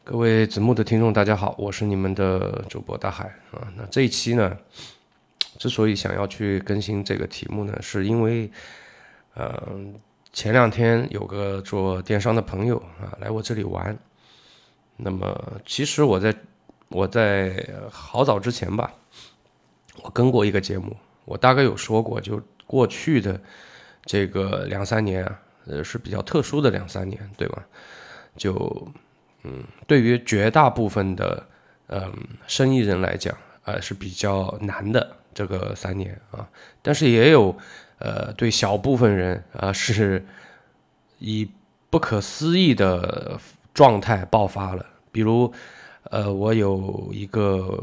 各位子木的听众，大家好，我是你们的主播大海啊。那这一期呢，之所以想要去更新这个题目呢，是因为，前两天有个做电商的朋友啊来我这里玩。那么其实我在好早之前吧，我跟过一个节目，我大概有说过，就过去的这个两三年啊，是比较特殊的两三年，对吧？就对于绝大部分的生意人来讲，是比较难的这个3年啊，但是也有对小部分人是以不可思议的状态爆发了。比如我有一个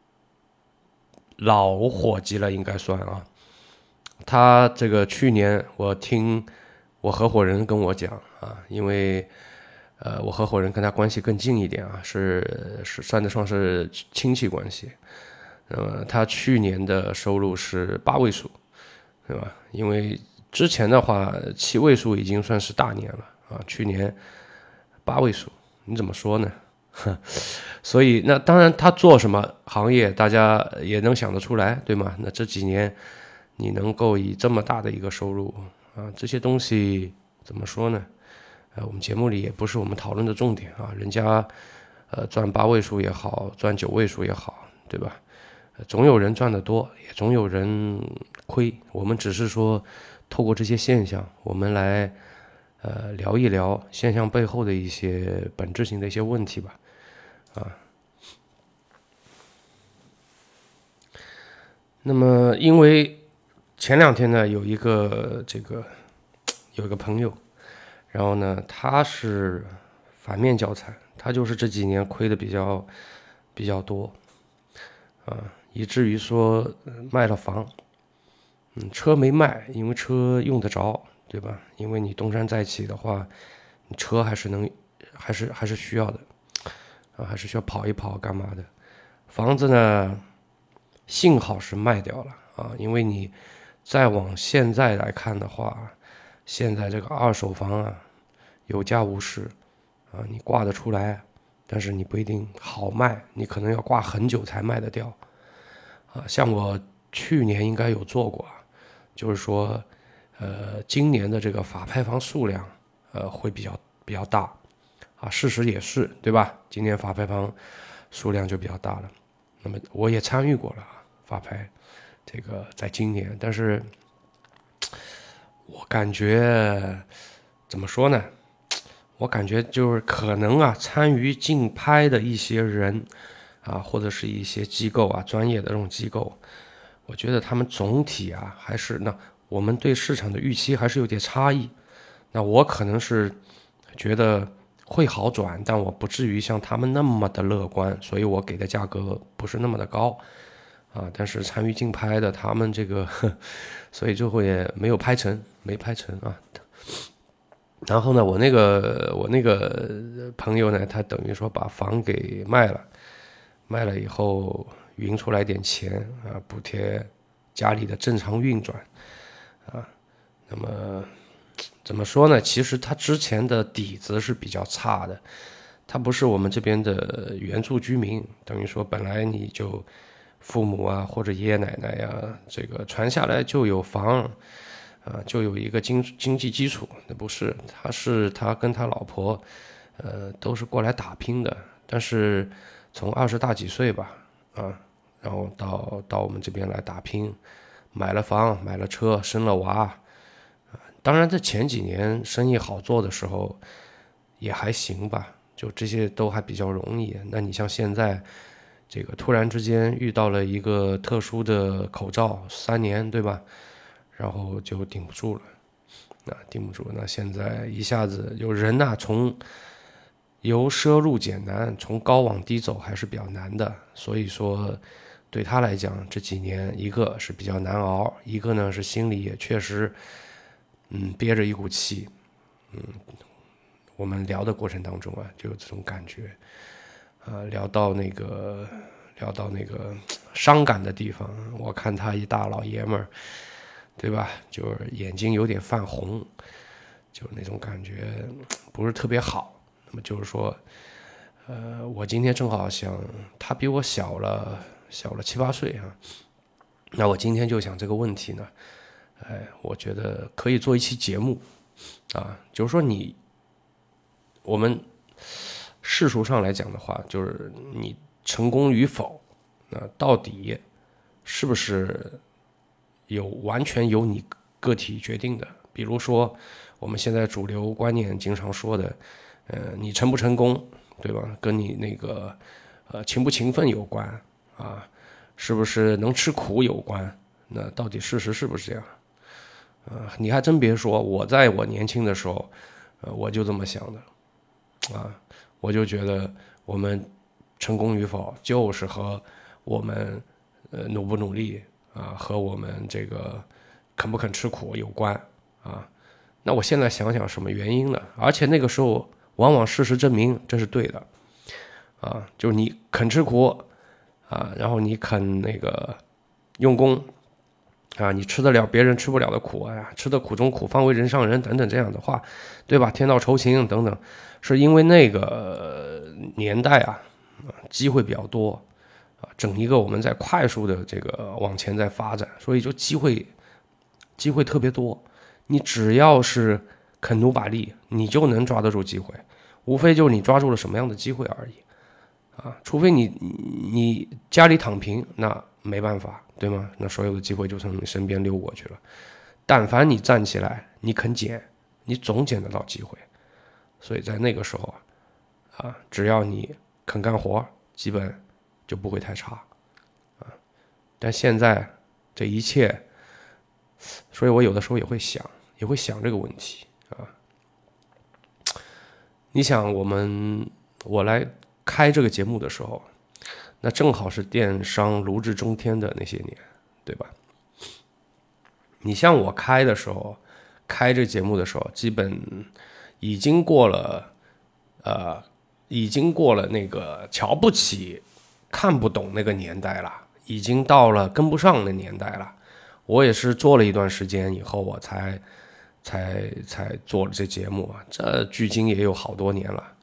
老伙计了，应该算啊，他这个去年我听我合伙人跟我讲啊，因为我合伙人跟他关系更近一点啊，是算得上是亲戚关系。他去年的收入是8位数，对吧？因为之前的话7位数已经算是大年了啊，去年8位数，你怎么说呢？所以那当然他做什么行业，大家也能想得出来，对吗？那这几年你能够以这么大的一个收入啊，这些东西怎么说呢？我们节目里也不是我们讨论的重点啊，人家赚8位数也好，赚9位数也好，对吧？总有人赚得多，也总有人亏。我们只是说透过这些现象，我们来聊一聊现象背后的一些本质性的一些问题吧。那么因为前两天呢，有一个朋友，然后呢，他是反面教材，他就是这几年亏的比较多，以至于说卖了房，车没卖，因为车用得着，对吧？因为你东山再起的话，你车还是需要的啊，还是需要跑一跑干嘛的。房子呢，幸好是卖掉了啊，因为你再往现在来看的话，现在这个二手房啊，有价无市啊，你挂得出来，但是你不一定好卖，你可能要挂很久才卖得掉啊。像我去年应该有做过啊，就是说，今年的这个法拍房数量，会比较大啊，事实也是，对吧？今年法拍房数量就比较大了。那么我也参与过了法拍，这个在今年，但是我感觉怎么说呢？我感觉就是可能啊，参与竞拍的一些人啊，或者是一些机构啊，专业的这种机构，我觉得他们总体啊，还是那我们对市场的预期还是有点差异。那我可能是觉得会好转，但我不至于像他们那么的乐观，所以我给的价格不是那么的高啊。但是参与竞拍的他们这个，所以就会没有拍成，没拍成啊。然后呢，我那个朋友呢，他等于说把房给卖了，卖了以后匀出来点钱啊，补贴家里的正常运转啊。那么怎么说呢？其实他之前的底子是比较差的，他不是我们这边的原住居民，等于说本来你就父母啊或者爷爷奶奶呀，这个传下来就有房。就有一个经济基础，那不是，他跟他老婆，都是过来打拼的，但是从20大几岁吧，然后到我们这边来打拼，买了房，买了车，生了娃，当然这前几年生意好做的时候也还行吧，就这些都还比较容易。那你像现在这个突然之间遇到了一个特殊的口罩，3年，对吧？然后就顶不住了，顶不住。那现在一下子有人呐、由奢入俭难，从高往低走还是比较难的。所以说，对他来讲，这几年一个是比较难熬，一个呢是心里也确实，憋着一股气。我们聊的过程当中啊，就有这种感觉，聊到那个伤感的地方，我看他一大老爷们儿。对吧？就是眼睛有点泛红，就那种感觉不是特别好。那么就是说， 我今天正好想，他比我小了7、8岁啊，那我今天就想这个问题呢，我觉得可以做一期节目啊，就是说我们世俗上来讲的话，就是你成功与否，那到底是不是完全由你个体决定的？比如说我们现在主流观念经常说的，你成不成功，对吧？跟你那个勤不勤奋有关啊，是不是能吃苦有关？那到底事实是不是这样？你还真别说，我在我年轻的时候，我就这么想的啊，我就觉得我们成功与否就是和我们努不努力啊，和我们这个肯不肯吃苦有关啊。那我现在想想什么原因呢？而且那个时候往往事实证明这是对的啊，就是你肯吃苦啊，然后你肯那个用功啊，你吃得了别人吃不了的苦啊，吃得苦中苦，方为人上人等等这样的话，对吧？天道酬勤等等，是因为那个年代啊，机会比较多啊，整一个我们在快速的这个往前在发展，所以就机会特别多。你只要是肯努把力，你就能抓得住机会，无非就是你抓住了什么样的机会而已啊。除非你家里躺平，那没办法，对吗？那所有的机会就从你身边溜过去了。但凡你站起来，你肯捡，你总捡得到机会。所以在那个时候啊，只要你肯干活，基本就不会太差啊。但现在这一切，所以我有的时候也会想这个问题啊。你想，我来开这个节目的时候，那正好是电商如日中天的那些年，对吧？你像我开这节目的时候，基本已经过了那个瞧不起、看不懂那个年代了，已经到了跟不上的年代了。我也是做了一段时间以后，我才做了这节目啊，这距今也有好多年了。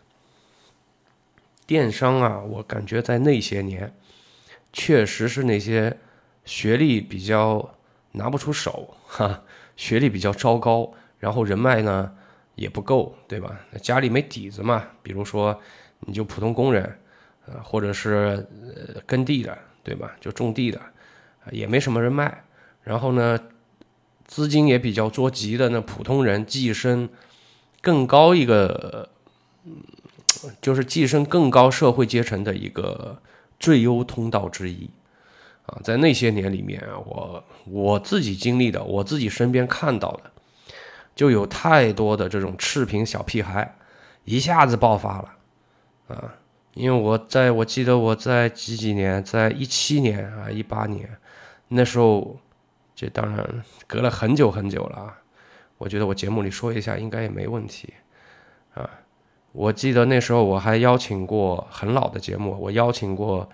电商啊，我感觉在那些年，确实是那些学历比较拿不出手学历比较糟糕，然后人脉呢也不够，对吧？家里没底子嘛，比如说你就普通工人，或者是耕地的，对吧？就种地的，也没什么人脉。然后呢，资金也比较捉急的那普通人，跻身更高一个，就是跻身更高社会阶层的一个最优通道之一啊。在那些年里面，我自己经历的，我自己身边看到的，就有太多的这种赤贫小屁孩一下子爆发了啊。因为我记得我在几年，在17年啊18年那时候。这当然隔了很久很久了啊，我觉得我节目里说一下应该也没问题啊。我记得那时候我还邀请过很老的节目，我邀请过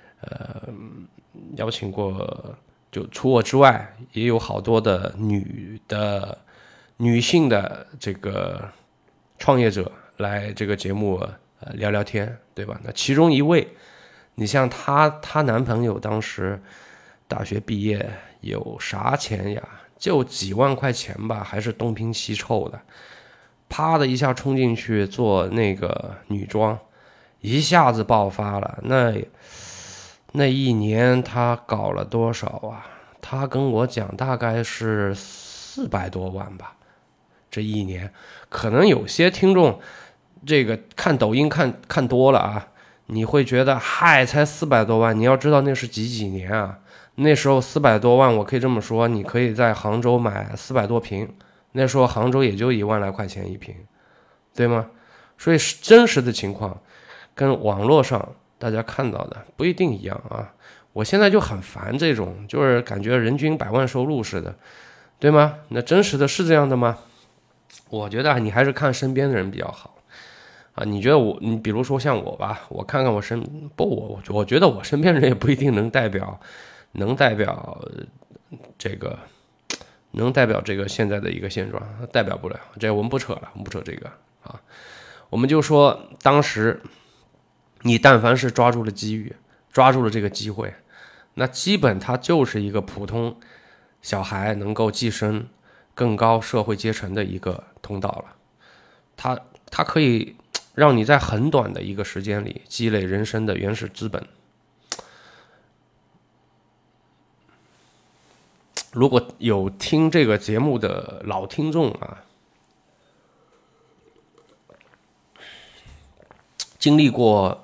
就除我之外也有好多的女性的这个创业者来这个节目聊聊天，对吧？那其中一位，你像她男朋友当时大学毕业有啥钱呀？就几万块钱吧，还是东拼西凑的，啪的一下冲进去做那个女装，一下子爆发了。那一年他搞了多少啊？他跟我讲大概是400多万吧，这一年。可能有些听众这个看抖音看多了啊，你会觉得嗨，才400多万，你要知道那是几年啊。那时候400多万，我可以这么说，你可以在杭州买400多平，那时候杭州也就1万来块钱一平，对吗？所以真实的情况跟网络上大家看到的不一定一样啊。我现在就很烦这种，就是感觉人均100万收入似的，对吗？那真实的是这样的吗？我觉得你还是看身边的人比较好啊。你觉得你比如说像我吧，我看看我我觉得我身边人也不一定能代表这个现在的一个现状，代表不了。这我们不扯了，我们不扯这个啊。我们就说当时你但凡是抓住了机遇，抓住了这个机会，那基本它就是一个普通小孩能够跻身更高社会阶层的一个通道了。它可以让你在很短的一个时间里积累人生的原始资本。如果有听这个节目的老听众啊，经历过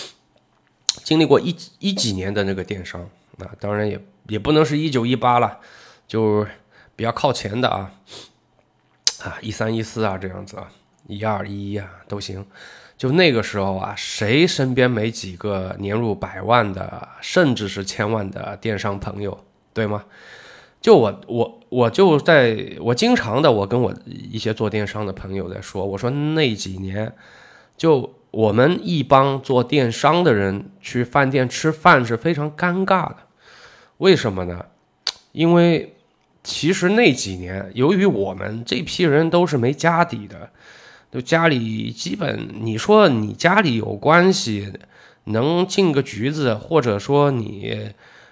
一几年的那个电商啊，当然也不能是1918了，就比较靠前的13、14啊这样子啊，12、11啊都行。就那个时候啊，谁身边没几个年入100万的，甚至是1000万的电商朋友，对吗？就我经常的，我跟我一些做电商的朋友在说，我说那几年，就我们一帮做电商的人去饭店吃饭是非常尴尬的。为什么呢？因为其实那几年，由于我们这批人都是没家底的，就家里基本你说你家里有关系，能进个局子，或者说你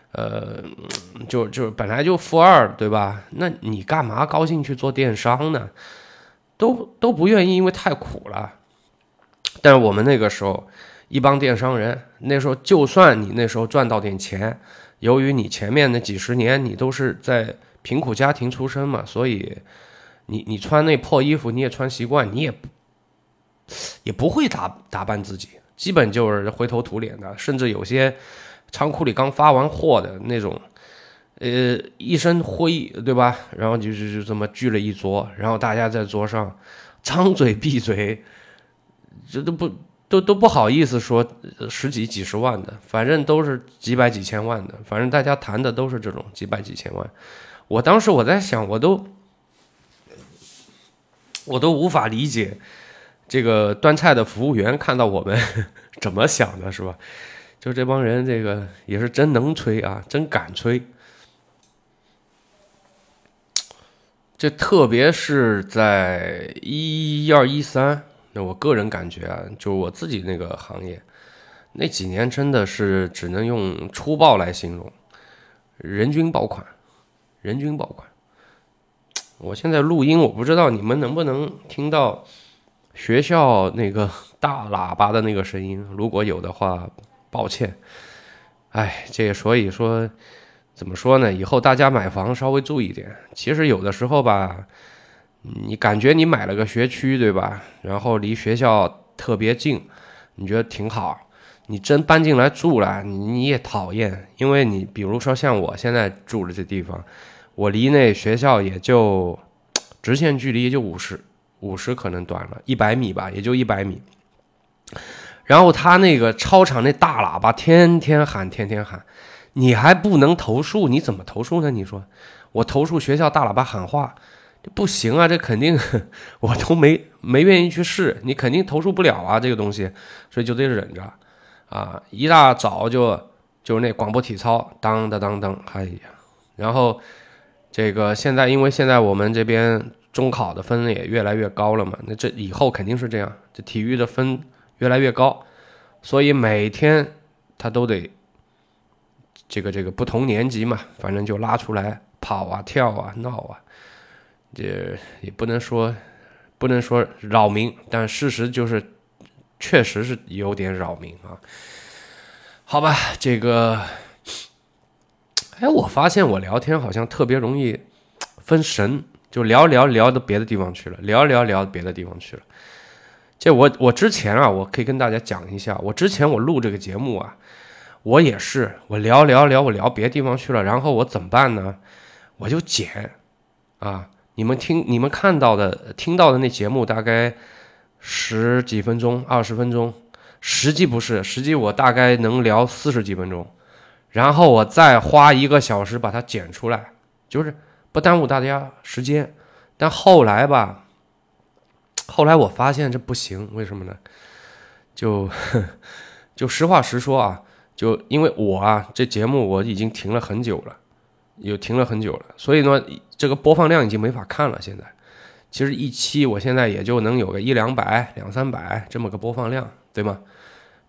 就本来就富二，对吧？那你干嘛高兴去做电商呢？都不愿意，因为太苦了。但是我们那个时候一帮电商人，那时候就算你那时候赚到点钱，由于你前面那几十年你都是在贫苦家庭出身嘛，所以你穿那破衣服你也穿习惯，你也不会打扮自己，基本就是灰头土脸的，甚至有些仓库里刚发完货的那种，一身灰，对吧？然后就这么聚了一桌，然后大家在桌上张嘴闭嘴，这都不好意思说十几几十万的，反正都是几百几千万的，反正大家谈的都是这种几百几千万。当时我在想，我都无法理解这个端菜的服务员看到我们怎么想的，是吧？就这帮人，这个也是真能吹啊，真敢吹。这特别是在12、13，那我个人感觉啊，就我自己那个行业，那几年真的是只能用粗暴来形容，人均爆款，人均爆款。我现在录音，我不知道你们能不能听到学校那个大喇叭的那个声音，如果有的话，抱歉。这所以说怎么说呢？以后大家买房稍微注意点。其实有的时候吧，你感觉你买了个学区，对吧？然后离学校特别近，你觉得挺好。你真搬进来住了，你也讨厌，因为你比如说像我现在住的这地方，我离那学校也就直线距离也就50可能短了，100米吧，也就100米。然后他那个操场那大喇叭天天喊，你还不能投诉，你怎么投诉呢？你说我投诉学校大喇叭喊话，这不行啊，这肯定我都没愿意去试，你肯定投诉不了啊，这个东西，所以就得忍着啊。一大早就是那广播体操，当当当当，然后这个因为现在我们这边中考的分也越来越高了嘛，那这以后肯定是这样，这体育的分越来越高，所以每天他都得这个不同年级嘛，反正就拉出来跑啊跳啊闹啊，这也不能说扰民，但事实就是确实是有点扰民啊。好吧，这个我发现我聊天好像特别容易分神，就聊到别的地方去了，聊别的地方去了。这我之前啊，我可以跟大家讲一下，我之前我录这个节目啊，我也是我聊，我聊别的地方去了，然后我怎么办呢？我就剪啊，你们看到的听到的那节目大概10几分钟、20分钟，实际不是，实际我大概能聊40几分钟，然后我再花1个小时把它剪出来，就是不耽误大家时间。但后来我发现这不行，为什么呢？就实话实说啊，就因为我啊这节目我已经停了很久了，所以呢这个播放量已经没法看了。现在其实一期我现在也就能有个100-200、200-300这么个播放量，对吗？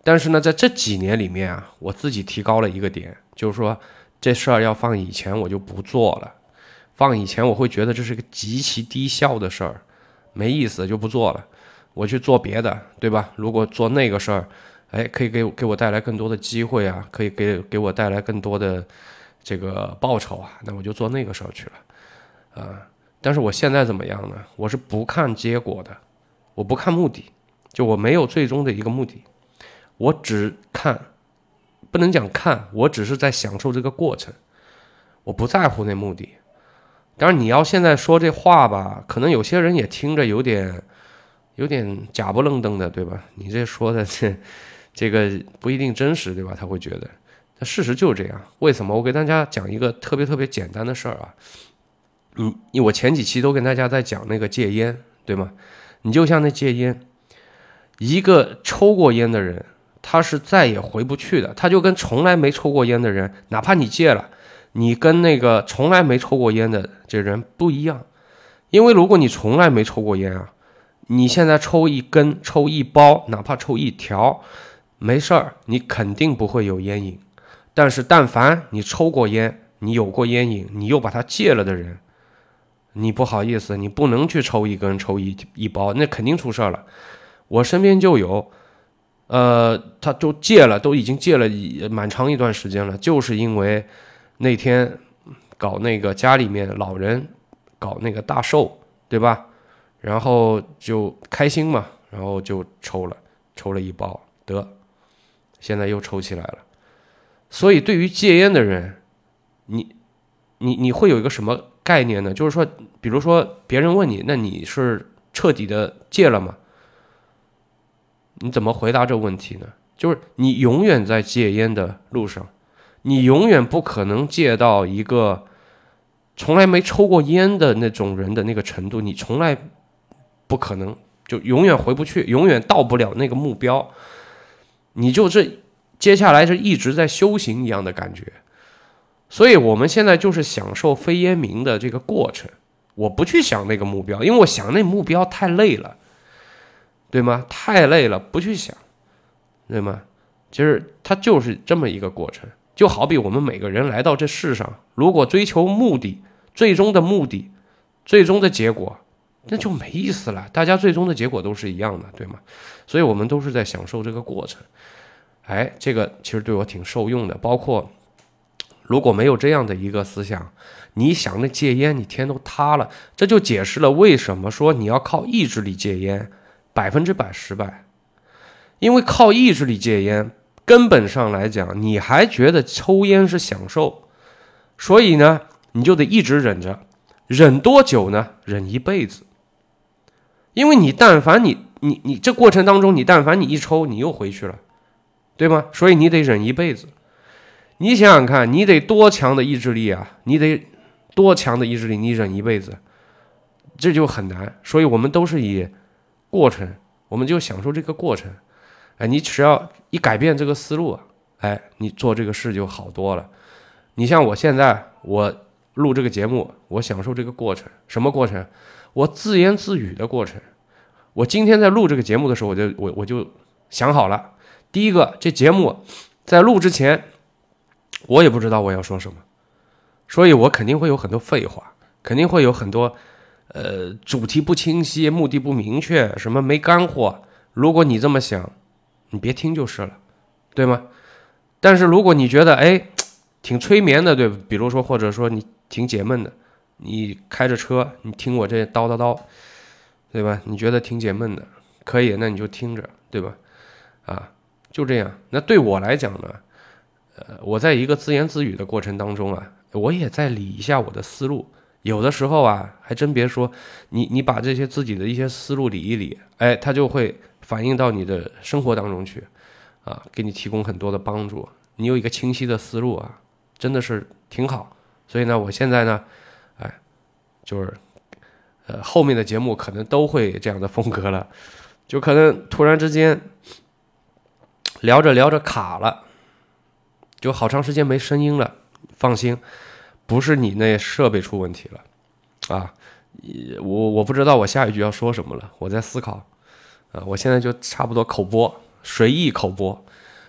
但是呢，在这几年里面啊，我自己提高了一个点，就是说这事儿要放以前我就不做了，放以前我会觉得这是个极其低效的事儿，没意思就不做了，我去做别的，对吧？如果做那个事儿，可以给我带来更多的机会啊，可以给我带来更多的这个报酬啊，那我就做那个事儿去了啊。但是我现在怎么样呢？我是不看结果的，我不看目的，就我没有最终的一个目的，我只看，不能讲看，我只是在享受这个过程，我不在乎那目的。当然你要现在说这话吧，可能有些人也听着有点假不愣登的，对吧？你这说的这个不一定真实，对吧？他会觉得，但事实就是这样。为什么？我给大家讲一个特别简单的事儿啊。因为我前几期都跟大家在讲那个戒烟，对吗？你就像那戒烟，一个抽过烟的人，他是再也回不去的，他就跟从来没抽过烟的人，哪怕你戒了，你跟那个从来没抽过烟的这人不一样。因为如果你从来没抽过烟啊，你现在抽一根、抽一包，哪怕抽一条，没事儿，你肯定不会有烟瘾。但是但凡你抽过烟，你有过烟瘾，你又把它戒了的人，你不好意思，你不能去抽一根、抽一包，那肯定出事了。我身边就有，他都戒了，都已经戒了蛮长一段时间了，就是因为那天搞那个家里面老人搞那个大寿，对吧？然后就开心嘛，然后就抽了一包，现在又抽起来了。所以对于戒烟的人，你会有一个什么概念呢？就是说，比如说别人问你，那你是彻底的戒了吗？你怎么回答这个问题呢？就是你永远在戒烟的路上，你永远不可能戒到一个从来没抽过烟的那种人的那个程度，你从来不可能，就永远回不去，永远到不了那个目标。你就接下来是一直在修行一样的感觉。所以我们现在就是享受非烟民的这个过程，我不去想那个目标，因为我想那目标太累了，对吗？太累了，不去想，对吗？其实它就是这么一个过程。就好比我们每个人来到这世上，如果追求目的，最终的目的，最终的结果，那就没意思了。大家最终的结果都是一样的，对吗？所以我们都是在享受这个过程。这个其实对我挺受用的。包括如果没有这样的一个思想，你想着戒烟，你天都塌了。这就解释了为什么说你要靠意志力戒烟100%失败。因为靠意志力戒烟，根本上来讲，你还觉得抽烟是享受，所以呢，你就得一直忍着。忍多久呢？忍一辈子。因为你但凡你这过程当中，你但凡你一抽，你又回去了，对吗？所以你得忍一辈子。你想想看，你得多强的意志力啊！你得多强的意志力，你忍一辈子，这就很难。所以我们都是以过程，我们就享受这个过程。你只要一改变这个思路，你做这个事就好多了。你像我现在，我录这个节目，我享受这个过程。什么过程？我自言自语的过程。我今天在录这个节目的时候，我就想好了。第一个，这节目在录之前，我也不知道我要说什么，所以我肯定会有很多废话，肯定会有很多主题不清晰，目的不明确，什么没干货。如果你这么想，你别听就是了，对吗？但是如果你觉得挺催眠的，对吧？比如说或者说你挺解闷的，你开着车，你听我这叨叨叨，对吧？你觉得挺解闷的，可以，那你就听着，对吧？就这样。那对我来讲呢，我在一个自言自语的过程当中啊，我也在理一下我的思路。有的时候啊，还真别说，你把这些自己的一些思路理一理，它就会反映到你的生活当中去，给你提供很多的帮助。你有一个清晰的思路啊，真的是挺好。所以呢，我现在呢，就是后面的节目可能都会这样的风格了，就可能突然之间聊着聊着卡了，就好长时间没声音了。放心，不是你那设备出问题了我不知道我下一句要说什么了，我在思考我现在就差不多口播，随意口播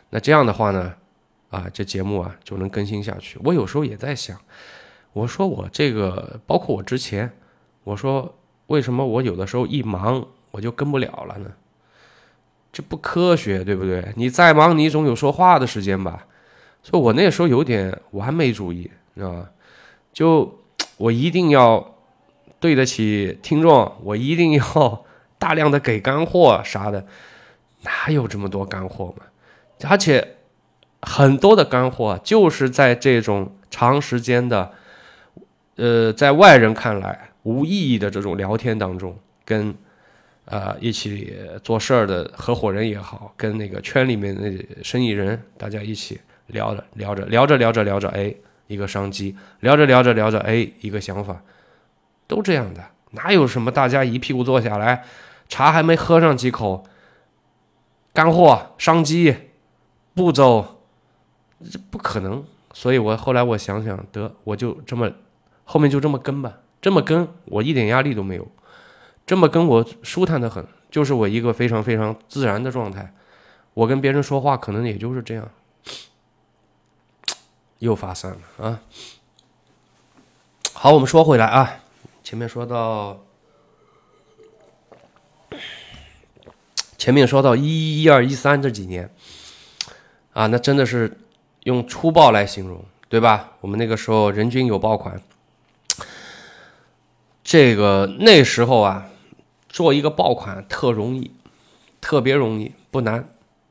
那这样的话呢，这节目就能更新下去。我有时候也在想，我说我这个，包括我之前，我说为什么我有的时候一忙我就跟不了了呢？这不科学，对不对？你再忙，你总有说话的时间吧。所以我那时候有点完美主义，知道吧？就我一定要对得起听众，我一定要大量的给干货啥的，哪有这么多干货嘛？而且很多的干货就是在这种长时间的，在外人看来无意义的这种聊天当中，跟一起做事儿的合伙人也好，跟那个圈里面的生意人，大家一起聊着，哎，一个商机，聊着，哎，一个想法，都这样的，哪有什么大家一屁股坐下来，茶还没喝上几口，干货、商机、步骤，这不可能。所以后来我想想，我就这么后面就这么跟吧，这么跟我一点压力都没有。这么跟我舒坦的很，就是我一个非常非常自然的状态。我跟别人说话可能也就是这样。又发散了啊！好，我们说回来啊，前面说到11、12、13这几年那真的是用粗暴来形容，对吧？我们那个时候人均有爆款，那时候做一个爆款特别容易，不难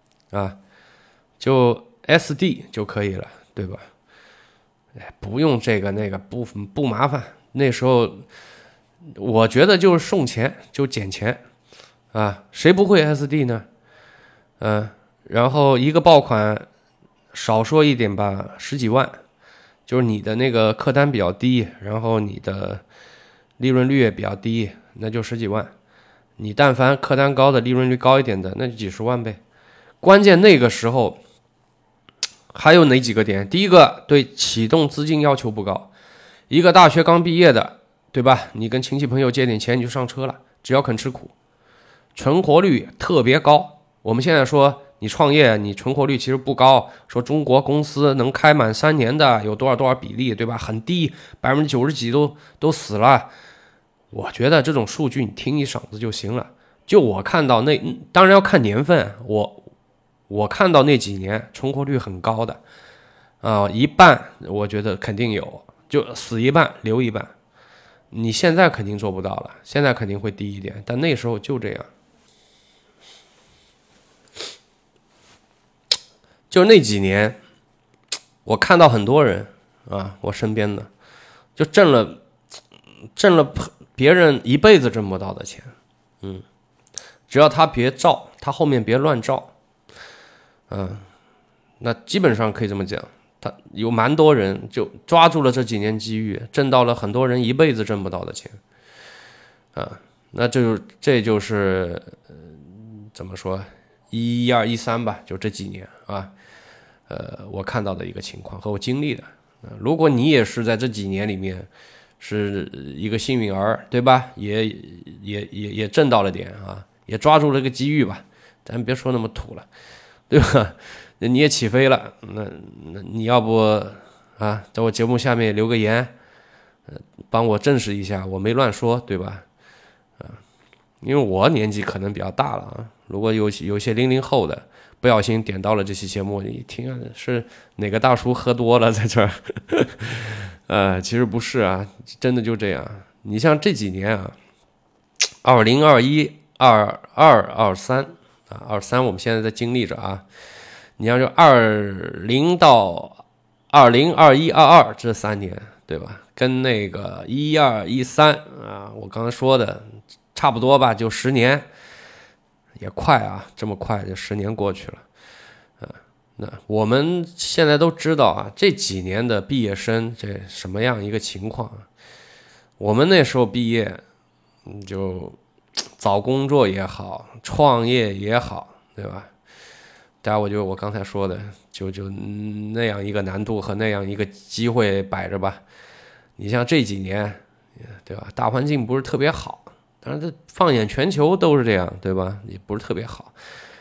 就 SD 就可以了，对吧？不用这个那个，不麻烦。那时候我觉得就是送钱就捡钱谁不会 SD 呢？然后一个爆款少说一点吧，10几万，就是你的那个客单比较低，然后你的利润率也比较低，那就10几万。你但凡客单高的，利润率高一点的，那就几十万呗。关键那个时候还有哪几个点？第一个，对启动资金要求不高，一个大学刚毕业的，对吧？你跟亲戚朋友借点钱你就上车了，只要肯吃苦，存活率特别高。我们现在说你创业，你存活率其实不高，说中国公司能开满3年的有多少比例，对吧？很低，90%几都死了。我觉得这种数据你听一嗓子就行了。就我看到当然要看年份，我看到那几年存活率很高的一半我觉得肯定有，就死一半留一半。你现在肯定做不到了，现在肯定会低一点，但那时候就这样。就那几年我看到很多人我身边的就挣了别人一辈子挣不到的钱，只要他别照，他后面别乱照，那基本上可以这么讲，他有蛮多人就抓住了这几年机遇，挣到了很多人一辈子挣不到的钱，那这就是怎么说，11、12、13吧，就这几年我看到的一个情况和我经历的。如果你也是在这几年里面是一个幸运儿，对吧？也挣到了点也抓住了个机遇吧，咱别说那么土了，对吧？你也起飞了，那你要不在我节目下面留个言，帮我证实一下我没乱说，对吧？因为我年纪可能比较大了如果有些00后的不小心点到了这期节目，你听是哪个大叔喝多了在这儿？其实不是真的就这样。你像这几年20、21、22、2323我们现在在经历着你要就20到20、21、22这3年，对吧？跟那个12、13我刚才说的差不多吧，就10年，也快这么快就10年过去了。那我们现在都知道这几年的毕业生这什么样一个情况我们那时候毕业就找工作也好，创业也好，对吧？当然我刚才说的就那样一个难度和那样一个机会摆着吧。你像这几年，对吧？大环境不是特别好，当然这放眼全球都是这样，对吧？也不是特别好。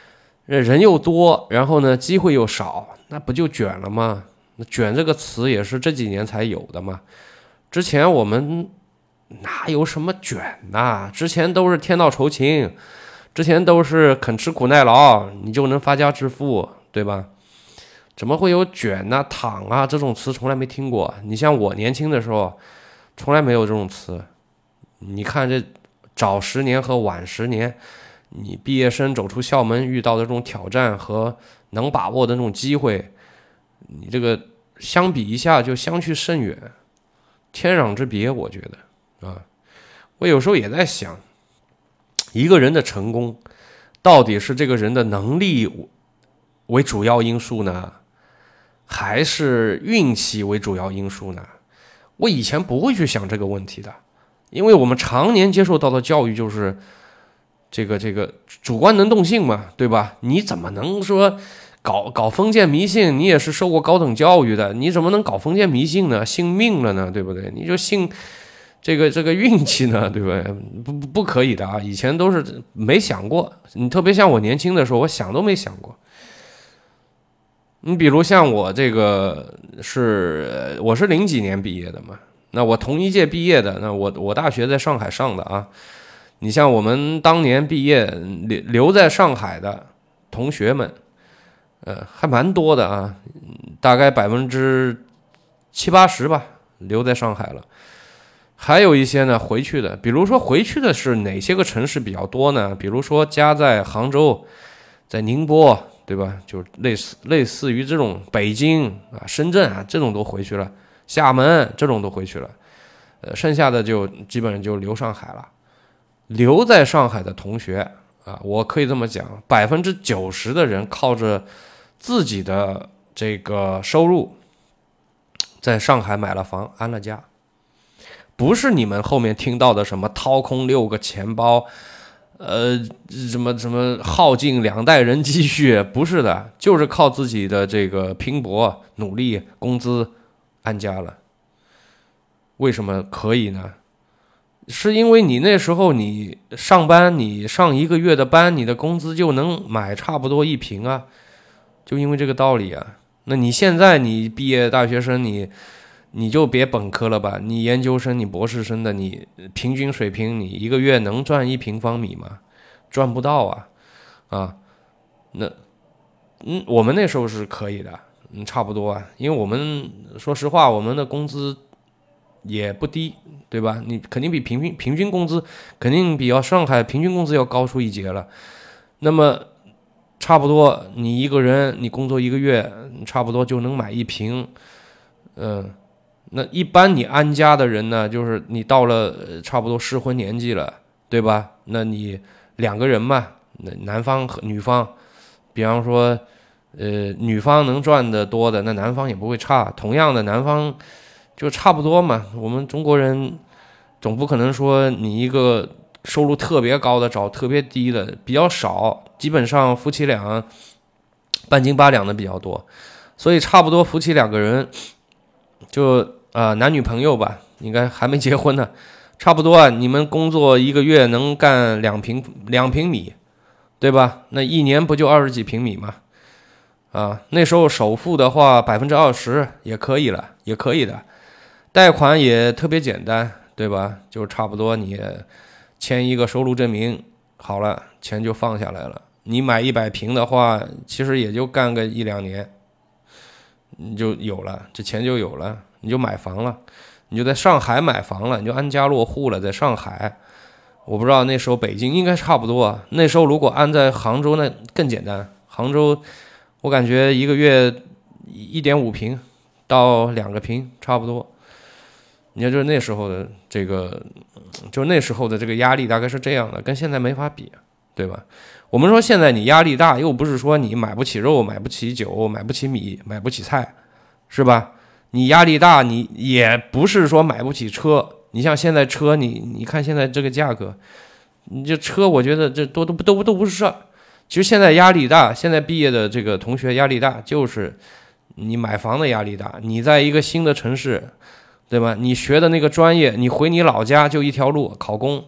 人又多，然后呢机会又少，那不就卷了吗？那卷这个词也是这几年才有的嘛。之前我们哪有什么卷呐？之前都是天道酬勤，之前都是肯吃苦耐劳，你就能发家致富，对吧？怎么会有卷啊、躺啊这种词？从来没听过。你像我年轻的时候，从来没有这种词。你看这早10年和晚10年，你毕业生走出校门遇到的这种挑战和能把握的那种机会，你这个相比一下就相去甚远，天壤之别。我觉得啊，我有时候也在想，一个人的成功到底是这个人的能力为主要因素呢，还是运气为主要因素呢？我以前不会去想这个问题的，因为我们常年接受到的教育就是这个主观能动性嘛，对吧？你怎么能说搞封建迷信？你也是受过高等教育的，你怎么能搞封建迷信呢？信命了呢，对不对？你就信这个运气呢，对不对？不可以的啊！以前都是没想过，你特别像我年轻的时候，我想都没想过。你比如像我这个我是00几年毕业的嘛，那我同一届毕业的，那我大学在上海上的啊。你像我们当年毕业留在上海的同学们，还蛮多的啊，大概70%-80%吧，留在上海了。还有一些呢回去的，比如说回去的是哪些个城市比较多呢？比如说家在杭州，在宁波，对吧？就类似于这种北京啊、深圳啊这种都回去了，厦门这种都回去了，剩下的就基本上就留上海了。留在上海的同学啊，我可以这么讲，90%的人靠着自己的这个收入，在上海买了房安了家。不是你们后面听到的什么掏空6个钱包，什么耗尽2代人积蓄，不是的，就是靠自己的这个拼搏努力，工资安家了。为什么可以呢？是因为你那时候你上班，你上1个月的班，你的工资就能买差不多1平啊，就因为这个道理啊。那你现在你毕业大学生，你就别本科了吧，你研究生你博士生的，你平均水平你1个月能赚1平方米吗？赚不到啊。那我们那时候是可以的，差不多啊。因为我们说实话，我们的工资也不低，对吧？你肯定比平均工资肯定比上海平均工资要高出一截了。那么差不多你一个人你工作1个月，差不多就能买1平。那一般你安家的人呢，就是你到了差不多适婚年纪了，对吧？那你2个人嘛，那男方和女方，比方说女方能赚得多的，那男方也不会差。同样的，男方就差不多嘛。我们中国人总不可能说你一个收入特别高的找特别低的，比较少，基本上夫妻俩半斤八两的比较多，所以差不多夫妻2个人就男女朋友吧，应该还没结婚呢，差不多你们工作1个月能干2平米，对吧？那1年不就20几平米吗？那时候首付的话20%也可以了，也可以的，贷款也特别简单，对吧？就差不多你签一个收入证明，好了，钱就放下来了。你买100平的话，其实也就干个1-2年，你就有了，这钱就有了，你就买房了，你就在上海买房了，你就安家落户了，在上海。我不知道那时候北京应该差不多，那时候如果安在杭州那更简单，杭州我感觉1个月1.5平到2个平差不多。你看，就是那时候的这个，就是那时候的这个压力大概是这样的，跟现在没法比，对吧？我们说现在你压力大，又不是说你买不起肉、买不起酒、买不起米、买不起菜，是吧？你压力大，你也不是说买不起车。你像现在车，你看现在这个价格，你这车我觉得这都不是事儿。其实现在压力大，现在毕业的这个同学压力大，就是你买房的压力大，你在一个新的城市，对吧？你学的那个专业，你回你老家就一条路，考公。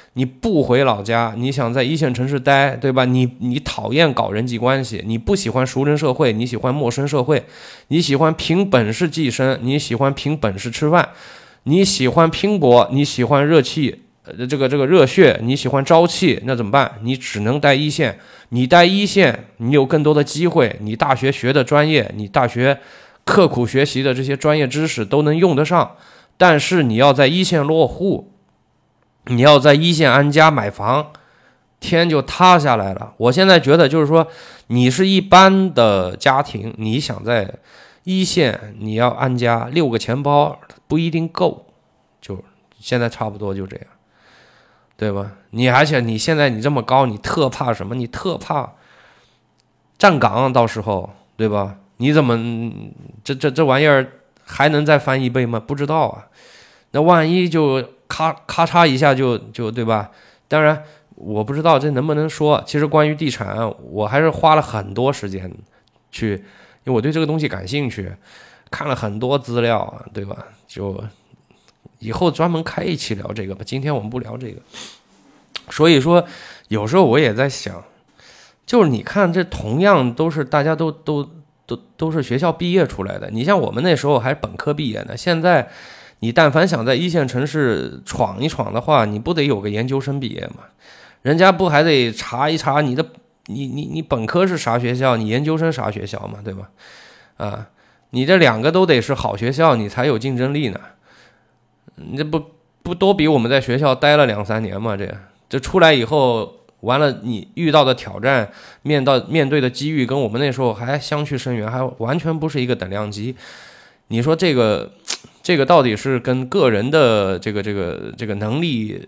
你不回老家，你想在一线城市待，对吧？你讨厌搞人际关系，你不喜欢熟人社会，你喜欢陌生社会，你喜欢凭本事寄生，你喜欢凭本事吃饭，你喜欢拼搏，你喜欢热气，这个热血，你喜欢朝气，那怎么办？你只能待一线。你待一线，你有更多的机会，你大学学的专业，你大学刻苦学习的这些专业知识都能用得上，但是你要在一线落户，你要在一线安家买房，天就塌下来了。我现在觉得就是说，你是一般的家庭，你想在一线你要安家，6个钱包不一定够，就现在差不多就这样，对吧？而且你现在你这么高，你特怕什么？你特怕站岗，到时候对吧？你怎么这玩意儿还能再翻1倍吗？不知道啊。那万一就咔嚓一下就对吧？当然我不知道这能不能说。其实关于地产，我还是花了很多时间去，因为我对这个东西感兴趣，看了很多资料，对吧？就以后专门开一期聊这个吧。今天我们不聊这个。所以说，有时候我也在想，就是你看，这同样都是大家都是学校毕业出来的。你像我们那时候还本科毕业呢，现在你但凡想在一线城市闯一闯的话，你不得有个研究生毕业吗？人家不还得查一查你的你本科是啥学校，你研究生啥学校嘛，对吧？啊，你这2个都得是好学校，你才有竞争力呢。你这不都比我们在学校待了2-3年吗？这出来以后，完了你遇到的挑战，面对的机遇，跟我们那时候还相去甚远，还完全不是一个等量级。你说这个到底是跟个人的这个能力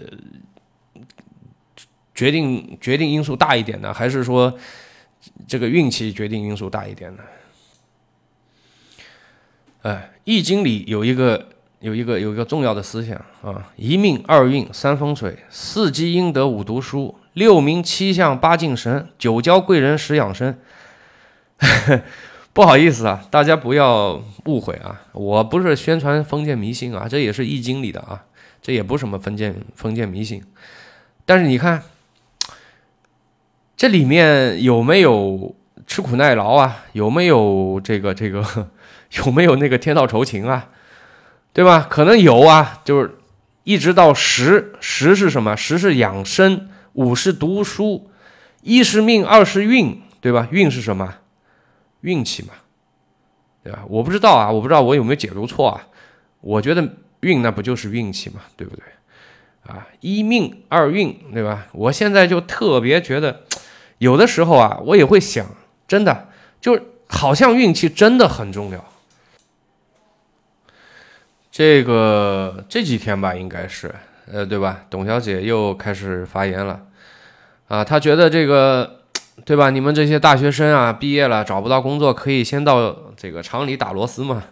决定因素大一点呢，还是说这个运气决定因素大一点呢？易经里有一个重要的思想啊：1命2运3风水，4积阴德5读书，6名7相8敬神，9交贵人10养生。不好意思啊，大家不要误会啊，我不是宣传封建迷信啊，这也是易经里的啊，这也不是什么封建迷信。但是你看，这里面有没有吃苦耐劳啊？有没有这个有没有那个天道酬勤啊？对吧？可能有啊，就是一直到10是什么？10是养生，5是读书，1是命，2是运，对吧？运是什么？运气嘛，对吧？我不知道啊，我不知道我有没有解读错啊？我觉得运那不就是运气嘛，对不对？啊，1命2运，对吧？我现在就特别觉得，有的时候啊，我也会想，真的就好像运气真的很重要。这几天吧，应该是对吧？董小姐又开始发言了啊，她觉得这个对吧？你们这些大学生啊，毕业了找不到工作，可以先到这个厂里打螺丝嘛。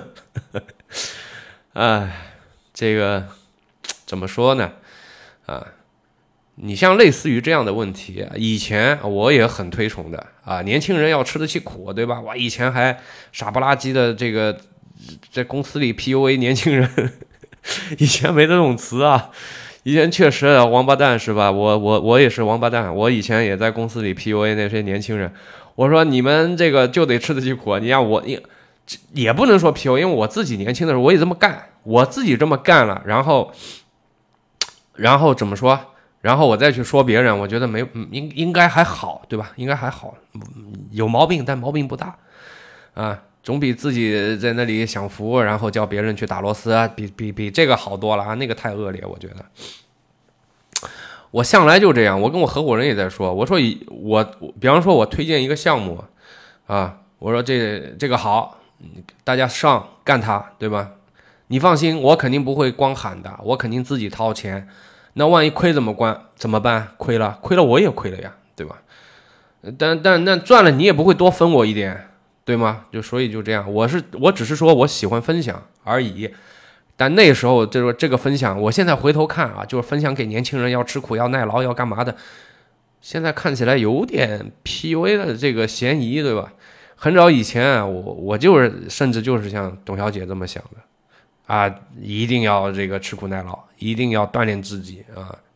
哎，这个怎么说呢？啊，你像类似于这样的问题，以前我也很推崇的啊，年轻人要吃得起苦，对吧？我以前还傻不拉几的在公司里 PUA 年轻人，以前没这种词啊，以前确实王八蛋是吧？我也是王八蛋，我以前也在公司里 PUA 那些年轻人，我说你们这个就得吃得起苦，你让我也不能说 PUA，因为我自己年轻的时候我也这么干，我自己这么干了，然后怎么说？然后我再去说别人，我觉得应该还好，对吧？应该还好，有毛病但毛病不大啊。总比自己在那里享福，然后叫别人去打螺丝啊，比这个好多了啊！那个太恶劣，我觉得。我向来就这样，我跟我合伙人也在说，我说比方说我推荐一个项目啊，我说这个好，大家上干它，对吧？你放心，我肯定不会光喊的，我肯定自己掏钱。那万一亏怎么办？亏了我也亏了呀，对吧？但那赚了你也不会多分我一点。对吗？所以就这样，我只是说我喜欢分享而已。但那时候这个分享，我现在回头看啊，就是分享给年轻人要吃苦、要耐劳、要干嘛的。现在看起来有点 PUA 的这个嫌疑，对吧？很早以前啊，我甚至就是像董小姐这么想的啊，一定要这个吃苦耐劳，一定要锻炼自己啊，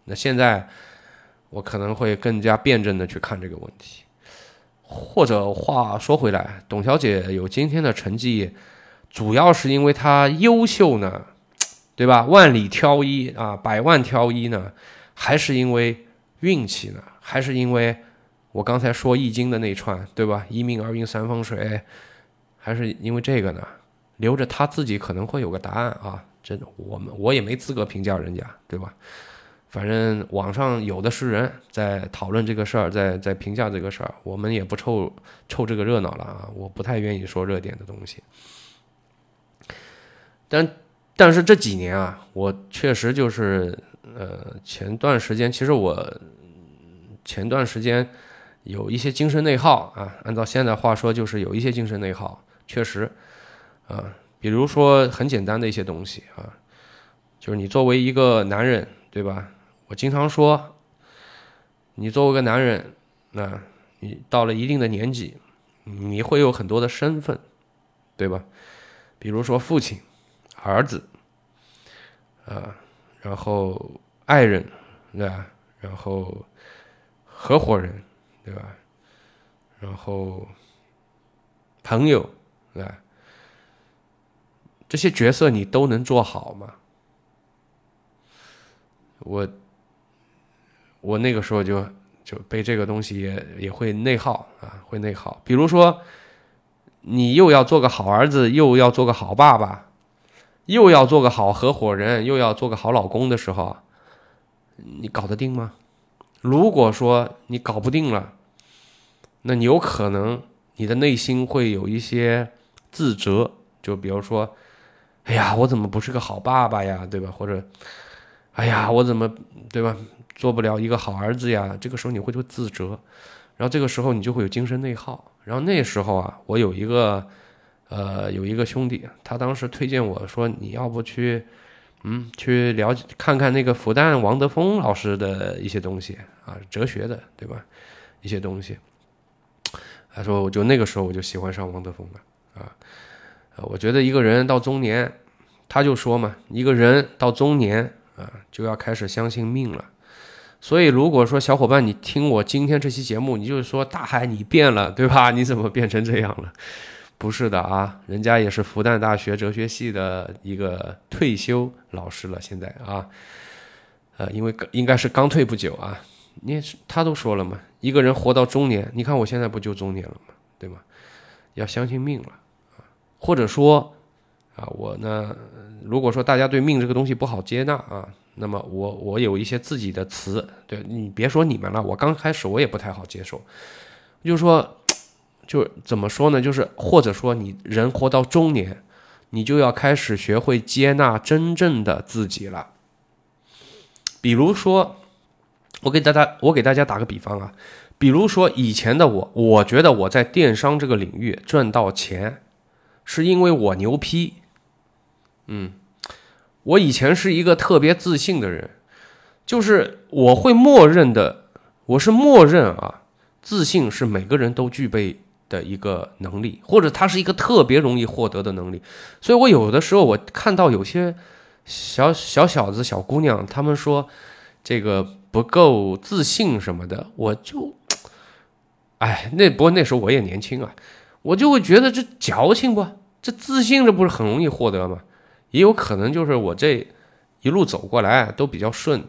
那现在我可能会更加辩证的去看这个问题。或者话说回来，董小姐有今天的成绩，主要是因为她优秀呢，对吧？万里挑一啊，百万挑一呢，还是因为运气呢？还是因为我刚才说易经的那串，对吧？一命二运三风水，还是因为这个呢？留着他自己可能会有个答案啊。真的，我也没资格评价人家，对吧？反正网上有的是人在讨论这个事儿，在评价这个事儿，我们也不凑这个热闹了啊！我不太愿意说热点的东西。但是这几年啊，我确实就是前段时间，其实我前段时间有一些精神内耗啊，按照现在话说就是有一些精神内耗，确实啊，比如说很简单的一些东西啊，就是你作为一个男人，对吧？我经常说，你作为一个男人，那你到了一定的年纪，你会有很多的身份，对吧？比如说父亲、儿子，然后爱人，对吧？然后合伙人，对吧？然后朋友，对吧？这些角色你都能做好吗？我那个时候就被这个东西也会内耗啊，会内耗。比如说，你又要做个好儿子，又要做个好爸爸，又要做个好合伙人，又要做个好老公的时候，你搞得定吗？如果说你搞不定了，那你有可能你的内心会有一些自责，就比如说，哎呀，我怎么不是个好爸爸呀，对吧？或者，哎呀，我怎么对吧？做不了一个好儿子呀，这个时候你会自责，然后这个时候你就会有精神内耗。然后那时候啊，我有一个兄弟，他当时推荐我说，你要不去去了解看看那个复旦王德峰老师的一些东西啊，哲学的，对吧？一些东西。他说，我就那个时候我就喜欢上王德峰了啊。我觉得一个人到中年，他就说嘛，一个人到中年啊，就要开始相信命了。所以如果说小伙伴你听我今天这期节目，你就是说大海你变了，对吧？你怎么变成这样了？不是的啊，人家也是复旦大学哲学系的一个退休老师了，现在啊，因为应该是刚退不久啊。他都说了嘛，一个人活到中年，你看我现在不就中年了吗？对吗？要相信命了啊，或者说啊，我呢，如果说大家对命这个东西不好接纳啊，那么我有一些自己的词，对，你别说你们了，我刚开始我也不太好接受，就是说，就怎么说呢？就是或者说你人活到中年，你就要开始学会接纳真正的自己了。比如说，我给大家打个比方啊，比如说以前的我觉得我在电商这个领域赚到钱，是因为我牛批，我以前是一个特别自信的人，就是我是默认啊，自信是每个人都具备的一个能力，或者它是一个特别容易获得的能力。所以我有的时候我看到有些小子小姑娘，他们说这个不够自信什么的，我就，不过那时候我也年轻啊，我就会觉得这矫情不？这自信这不是很容易获得吗？也有可能就是我这一路走过来都比较顺，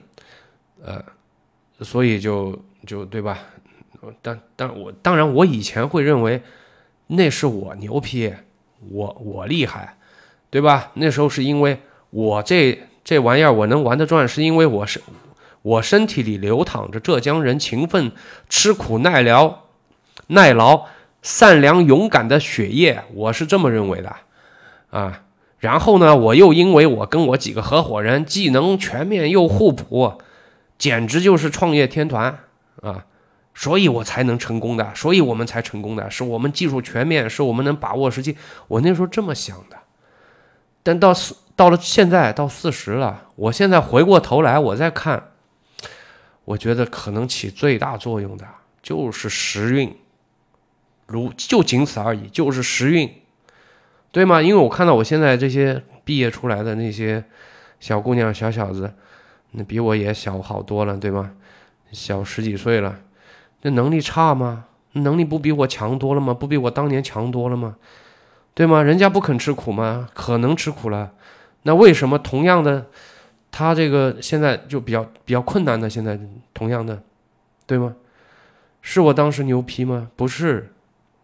所以就对吧？当然我以前会认为那是我牛批，我厉害，对吧？那时候是因为我这玩意儿我能玩得转，是因为我身体里流淌着浙江人勤奋、吃苦耐劳、善良勇敢的血液，我是这么认为的啊。然后呢，我又因为我跟我几个合伙人技能全面又互补，简直就是创业天团啊，所以我才能成功的，所以我们才成功的，是我们技术全面，是我们能把握时机。我那时候这么想的，但到了现在到40了，我现在回过头来我再看，我觉得可能起最大作用的就是时运，就仅此而已，就是时运。对吗？因为我看到我现在这些毕业出来的那些小姑娘、小小子， 那比我也小好多了，对吧？小10几岁了，那能力差吗？能力不比我强多了吗？不比我当年强多了吗？对吗？人家不肯吃苦吗？可能吃苦了。那为什么同样的，他这个现在就比较困难的？现在同样的，对吗？是我当时牛批吗？不是。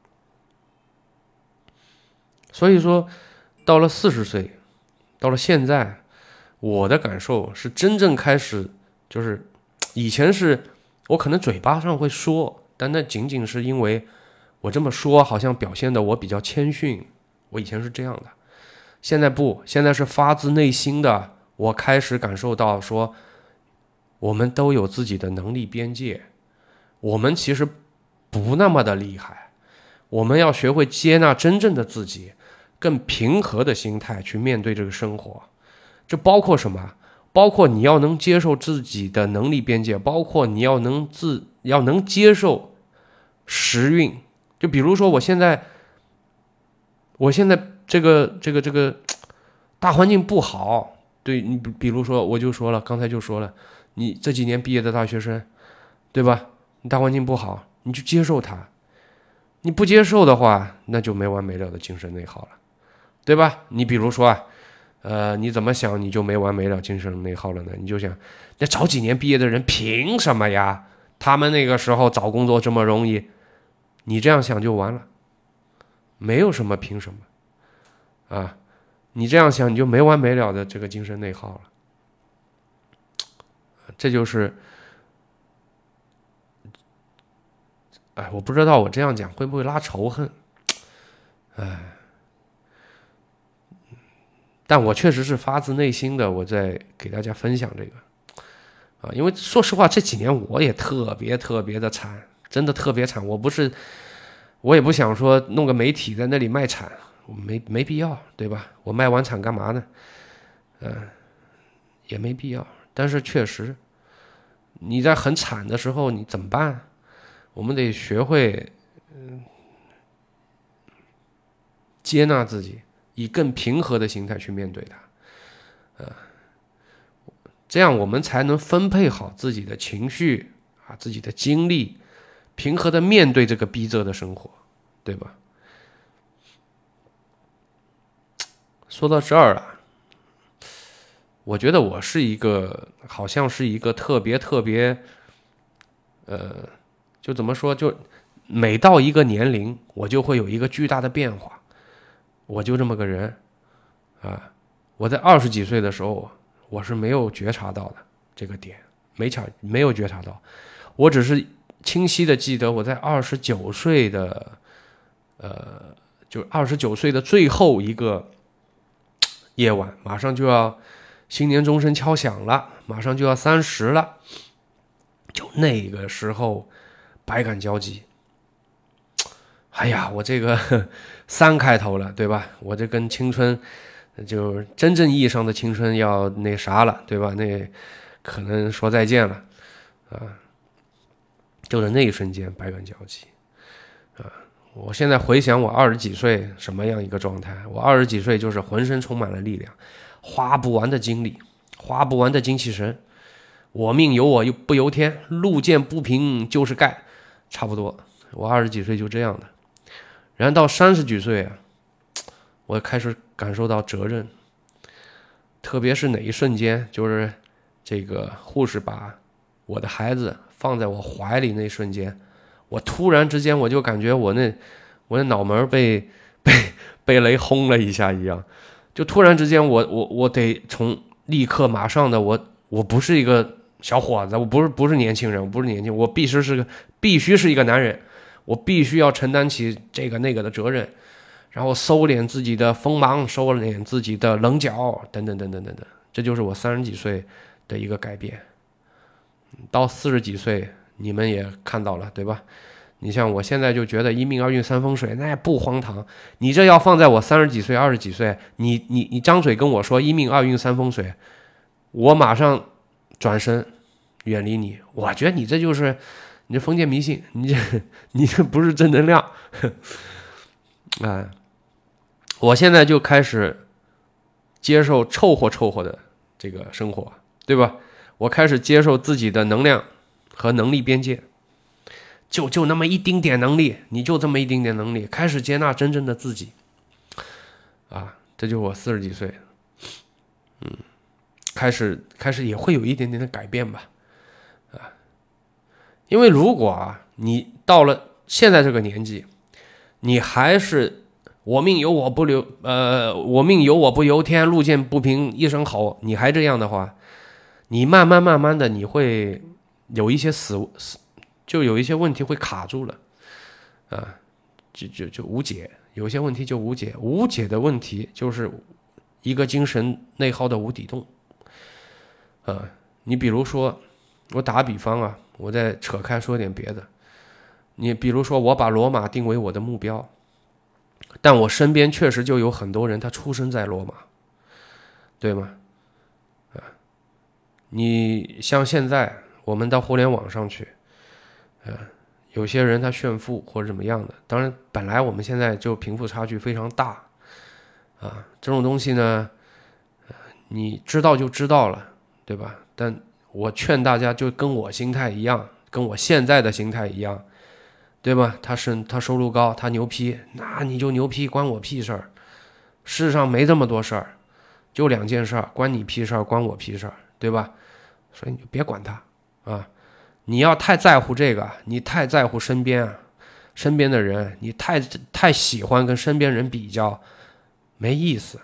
所以说，到了40岁，到了现在，我的感受是真正开始，就是以前是我可能嘴巴上会说，但那仅仅是因为我这么说，好像表现的我比较谦逊。我以前是这样的，现在不，现在是发自内心的，我开始感受到说，我们都有自己的能力边界，我们其实不那么的厉害，我们要学会接纳真正的自己，更平和的心态去面对这个生活。这包括什么？包括你要能接受自己的能力边界，包括你要能接受时运。就比如说我现在这个大环境不好，对你比如说我就说了，刚才就说了，你这几年毕业的大学生，对吧？你大环境不好，你就接受它。你不接受的话，那就没完没了的精神内耗了，对吧？你比如说你怎么想你就没完没了精神内耗了呢？你就想，那早几年毕业的人凭什么呀？他们那个时候找工作这么容易，你这样想就完了，没有什么凭什么啊！你这样想你就没完没了的这个精神内耗了，这就是，哎，我不知道我这样讲会不会拉仇恨，但我确实是发自内心的我在给大家分享这个啊，因为说实话这几年我也特别的惨，真的特别惨。我也不想说弄个媒体在那里卖惨，没必要，对吧？我卖完惨干嘛呢？也没必要。但是确实，你在很惨的时候你怎么办？我们得学会接纳自己，以更平和的心态去面对它。这样我们才能分配好自己的情绪啊，自己的精力，平和的面对这个逼仄的生活，对吧？说到这儿了，我觉得我是一个，好像是一个特别，就怎么说，就每到一个年龄，我就会有一个巨大的变化，我就这么个人啊。我在20几岁的时候，我是没有觉察到的这个点，没有觉察到，我只是清晰的记得我在29岁的，就29岁的最后一个夜晚，马上就要新年钟声敲响了，马上就要30了，就那个时候百感交集。哎呀，我这个3开头了，对吧？我这跟青春，就真正意义上的青春要那啥了，对吧？那可能说再见了啊！就是那一瞬间百感交集啊！我现在回想我20几岁什么样一个状态，我20几岁就是浑身充满了力量，花不完的精力，花不完的精气神，我命由我不由天，路见不平就是盖，差不多。我20几岁就这样的。然后到30几岁啊，我开始感受到责任，特别是哪一瞬间，就是这个护士把我的孩子放在我怀里那一瞬间，我突然之间我就感觉我那脑门被雷轰了一下一样，就突然之间我得立刻马上的我不是一个小伙子，我不是年轻人，我不是年轻人，我必须是一个男人。我必须要承担起这个那个的责任，然后收敛自己的锋芒，收敛自己的棱角，等等等等等等，这就是我30几岁的一个改变。到40几岁，你们也看到了，对吧？你像我现在就觉得一命二运三风水，那也不荒唐。你这要放在我30几岁、20几岁，你张嘴跟我说一命二运三风水，我马上转身远离你。我觉得你这就是你这封建迷信，你这不是正能量。我现在就开始接受凑合的这个生活，对吧？ 我开始接受自己的能量和能力边界，就那么一丁点能力，你就这么一丁点能力，开始接纳真正的自己啊，这就是我40几岁，开始也会有一点点的改变吧，啊，因为如果你到了现在这个年纪，你还是我命由我不留，我命由我不由天，路见不平一声吼，你还这样的话，你慢慢的你会有一些就有一些问题会卡住了，啊，就无解，有些问题就无解，无解的问题就是一个精神内耗的无底洞，你比如说，我打个比方啊，我再扯开说点别的，你比如说我把罗马定为我的目标，但我身边确实就有很多人他出生在罗马，对吗？你像现在我们到互联网上去，有些人他炫富或者怎么样的，当然本来我们现在就贫富差距非常大这种东西呢，你知道就知道了，对吧？但我劝大家就跟我心态一样，跟我现在的心态一样，对吧？他收入高，他牛批，那你就牛批，关我屁事儿。世上没这么多事儿，就2件事，关你屁事儿，关我屁事儿，对吧？所以你就别管他啊！你要太在乎这个，你太在乎身边的人，你太喜欢跟身边人比较，没意思，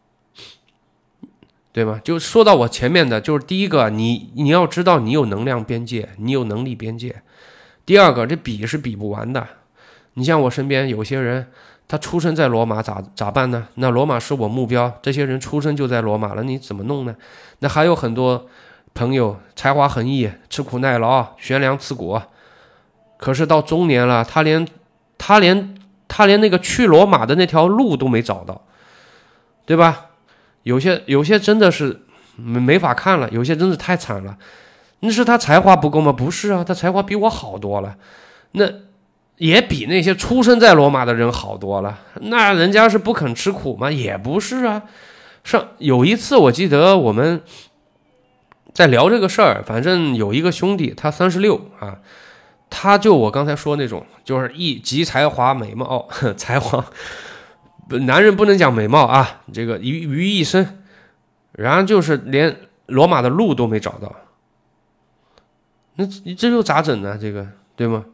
对吗？就说到我前面的，就是第一个，你要知道你有能量边界，你有能力边界。第二个，这比是比不完的。你像我身边有些人，他出生在罗马咋办呢？那罗马是我目标，这些人出生就在罗马了，你怎么弄呢？那还有很多朋友才华横溢，吃苦耐劳，悬梁刺股，可是到中年了，他连那个去罗马的那条路都没找到，对吧？有些真的是没法看了，有些真是太惨了。那是他才华不够吗？不是啊，他才华比我好多了，那也比那些出生在罗马的人好多了。那人家是不肯吃苦吗？也不是啊。有一次我记得我们在聊这个事儿，反正有一个兄弟他36啊，他就我刚才说那种，就是集才华美貌才华，男人不能讲美貌啊，这个于一身，然后就是连罗马的路都没找到，那这又咋整呢？这个对吗？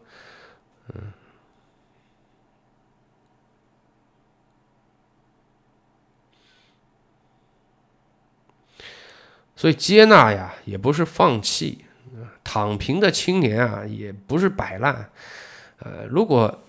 所以接纳呀，也不是放弃；躺平的青年啊，也不是摆烂。如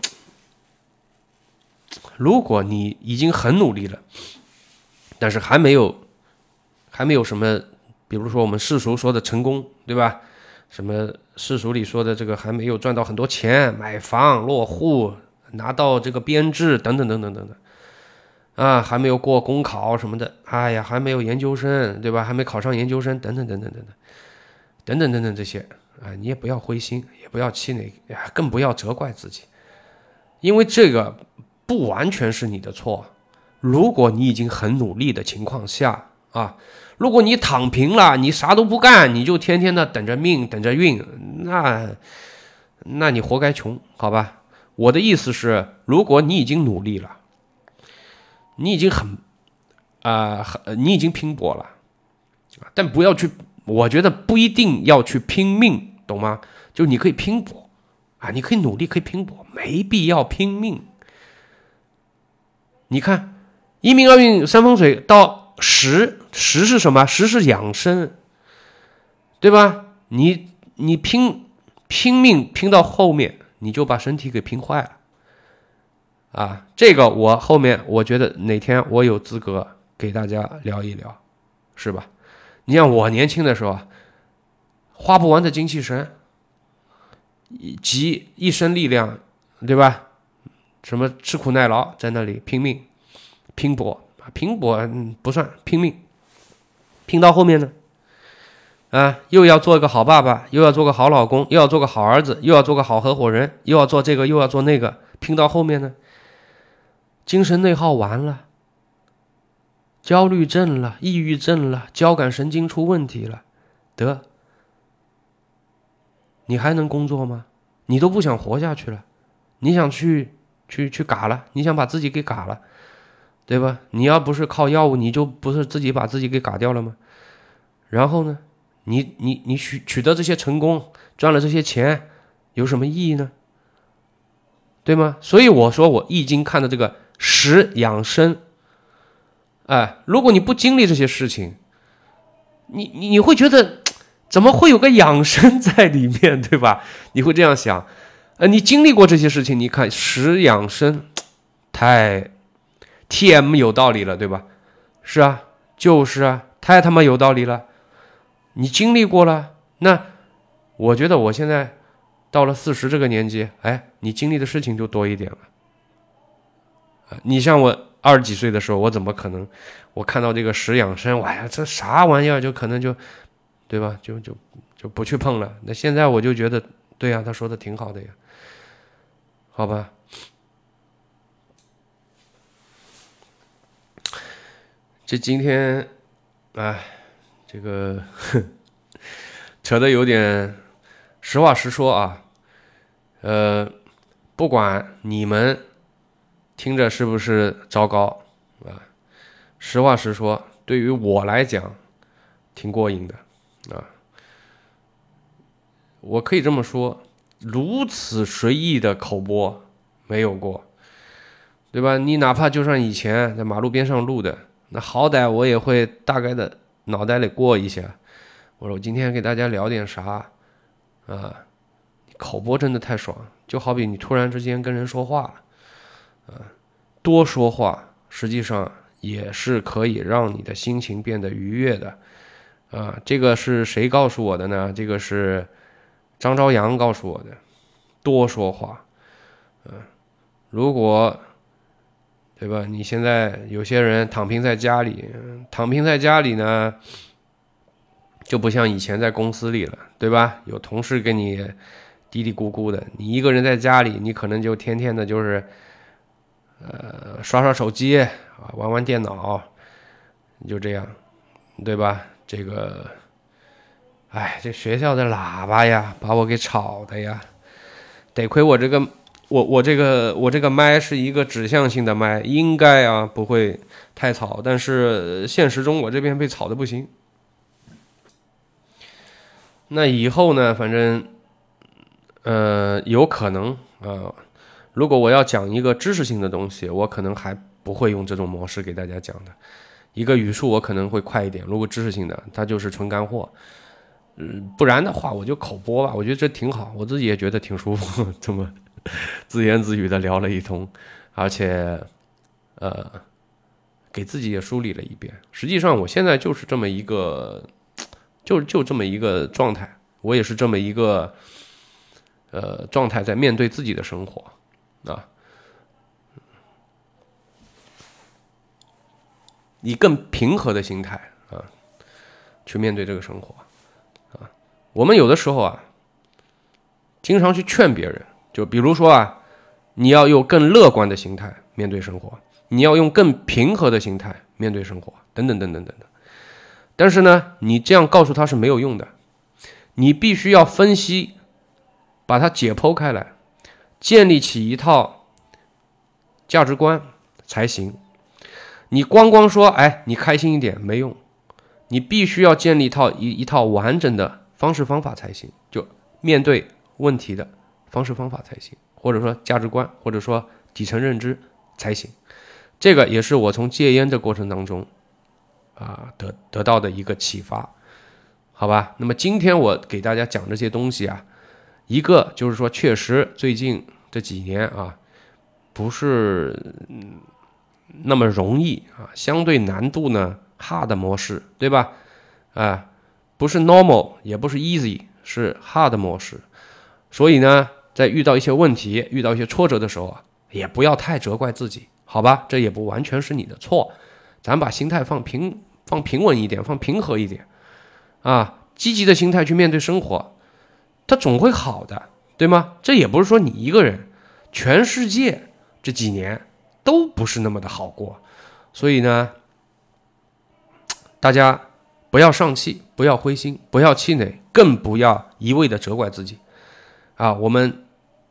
果你已经很努力了，但是还没有什么，比如说我们世俗说的成功，对吧？什么世俗里说的这个还没有赚到很多钱，买房落户，拿到这个编制等等等等等等。还没有过公考什么的，哎呀，还没有研究生，对吧？还没考上研究生，等等等等等等，等等等等这些你也不要灰心，也不要气馁，更不要责怪自己，因为这个不完全是你的错。如果你已经很努力的情况下如果你躺平了，你啥都不干，你就天天的等着命，等着运，那你活该穷，好吧？我的意思是，如果你已经努力了。你已经你已经拼搏了，但不要去，我觉得不一定要去拼命，懂吗？就你可以拼搏你可以努力，可以拼搏，没必要拼命。你看1命2运3风水到10是什么？10是养生，对吧？你拼命拼到后面，你就把身体给拼坏了。这个我后面我觉得哪天我有资格给大家聊一聊，是吧？你像我年轻的时候花不完的精气神，集一身力量，对吧？什么吃苦耐劳，在那里拼命拼搏不算拼命，拼到后面呢又要做一个好爸爸，又要做个好老公，又要做个好儿子，又要做个好合伙人，又要做这个又要做那个，拼到后面呢精神内耗完了，焦虑症了，抑郁症了，交感神经出问题了，得你还能工作吗？你都不想活下去了，你想去嘎了，你想把自己给嘎了，对吧？你要不是靠药物，你就不是自己把自己给嘎掉了吗？然后呢，你取得这些成功，赚了这些钱，有什么意义呢？对吗？所以我说我易经看的这个食养生，如果你不经历这些事情，你会觉得怎么会有个养生在里面，对吧？你会这样想，你经历过这些事情，你看食养生，太 TM 有道理了，对吧？是啊，就是啊，太他妈有道理了。你经历过了，那我觉得我现在到了40这个年纪，你经历的事情就多一点了。你像我20几岁的时候，我怎么可能？我看到这个食养生，哎呀，这啥玩意儿，就可能就，对吧？就不去碰了。那现在我就觉得，对呀，他说的挺好的呀，好吧？这今天，这个扯得有点，实话实说啊，不管你们听着是不是糟糕啊，实话实说，对于我来讲，挺过瘾的啊。我可以这么说，如此随意的口播没有过，对吧？你哪怕就算以前在马路边上录的，那好歹我也会大概的脑袋里过一下。我说我今天给大家聊点啥啊？口播真的太爽，就好比你突然之间跟人说话了，多说话实际上也是可以让你的心情变得愉悦的。这个是谁告诉我的呢？这个是张朝阳告诉我的。多说话，如果对吧？你现在有些人躺平在家里呢，就不像以前在公司里了，对吧？有同事跟你嘀嘀咕咕的，你一个人在家里，你可能就天天的就是刷刷手机啊，玩玩电脑，就这样，对吧？这个，这学校的喇叭呀，把我给吵的呀，得亏我这个麦是一个指向性的麦，应该不会太吵，但是现实中我这边被吵的不行。那以后呢，反正有可能如果我要讲一个知识性的东西，我可能还不会用这种模式给大家讲的。一个语速我可能会快一点，如果知识性的，它就是纯干货。不然的话我就口播吧，我觉得这挺好，我自己也觉得挺舒服，这么自言自语的聊了一通，而且给自己也梳理了一遍。实际上我现在就是这么一个，就这么一个状态，我也是这么一个状态在面对自己的生活啊。以更平和的心态去面对这个生活我们有的时候经常去劝别人，就比如说你要用更乐观的心态面对生活，你要用更平和的心态面对生活，等等等等等等。但是呢，你这样告诉他是没有用的，你必须要分析，把它解剖开来，建立起一套价值观才行。你光说你开心一点没用，你必须要建立一套完整的方式方法才行，就面对问题的方式方法才行，或者说价值观，或者说底层认知才行。这个也是我从戒烟的过程当中得到的一个启发，好吧？那么今天我给大家讲这些东西一个就是说确实最近这几年不是那么容易相对难度呢 hard 模式，对吧？不是 normal 也不是 easy， 是 hard 模式。所以呢，在遇到一些问题，遇到一些挫折的时候也不要太责怪自己，好吧？这也不完全是你的错，咱把心态放平稳一点，放平和一点积极的心态去面对生活，它总会好的，对吗？这也不是说你一个人，全世界这几年都不是那么的好过，所以呢，大家不要丧气，不要灰心，不要气馁，更不要一味的责怪自己。 啊，我们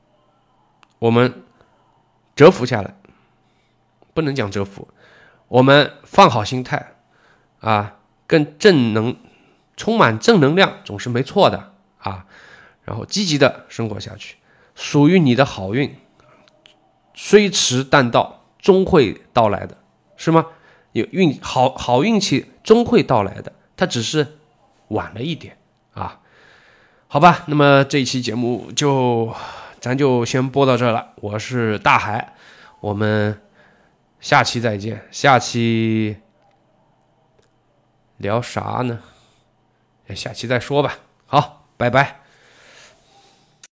蛰伏下来，不能讲蛰伏，我们放好心态啊，充满正能量总是没错的啊，然后积极的生活下去，属于你的好运虽迟但到，终会到来的，是吗？好运气终会到来的，它只是晚了一点啊。好吧，那么这一期节目咱就先播到这了。我是大海，我们下期再见。下期聊啥呢？下期再说吧。好，拜拜。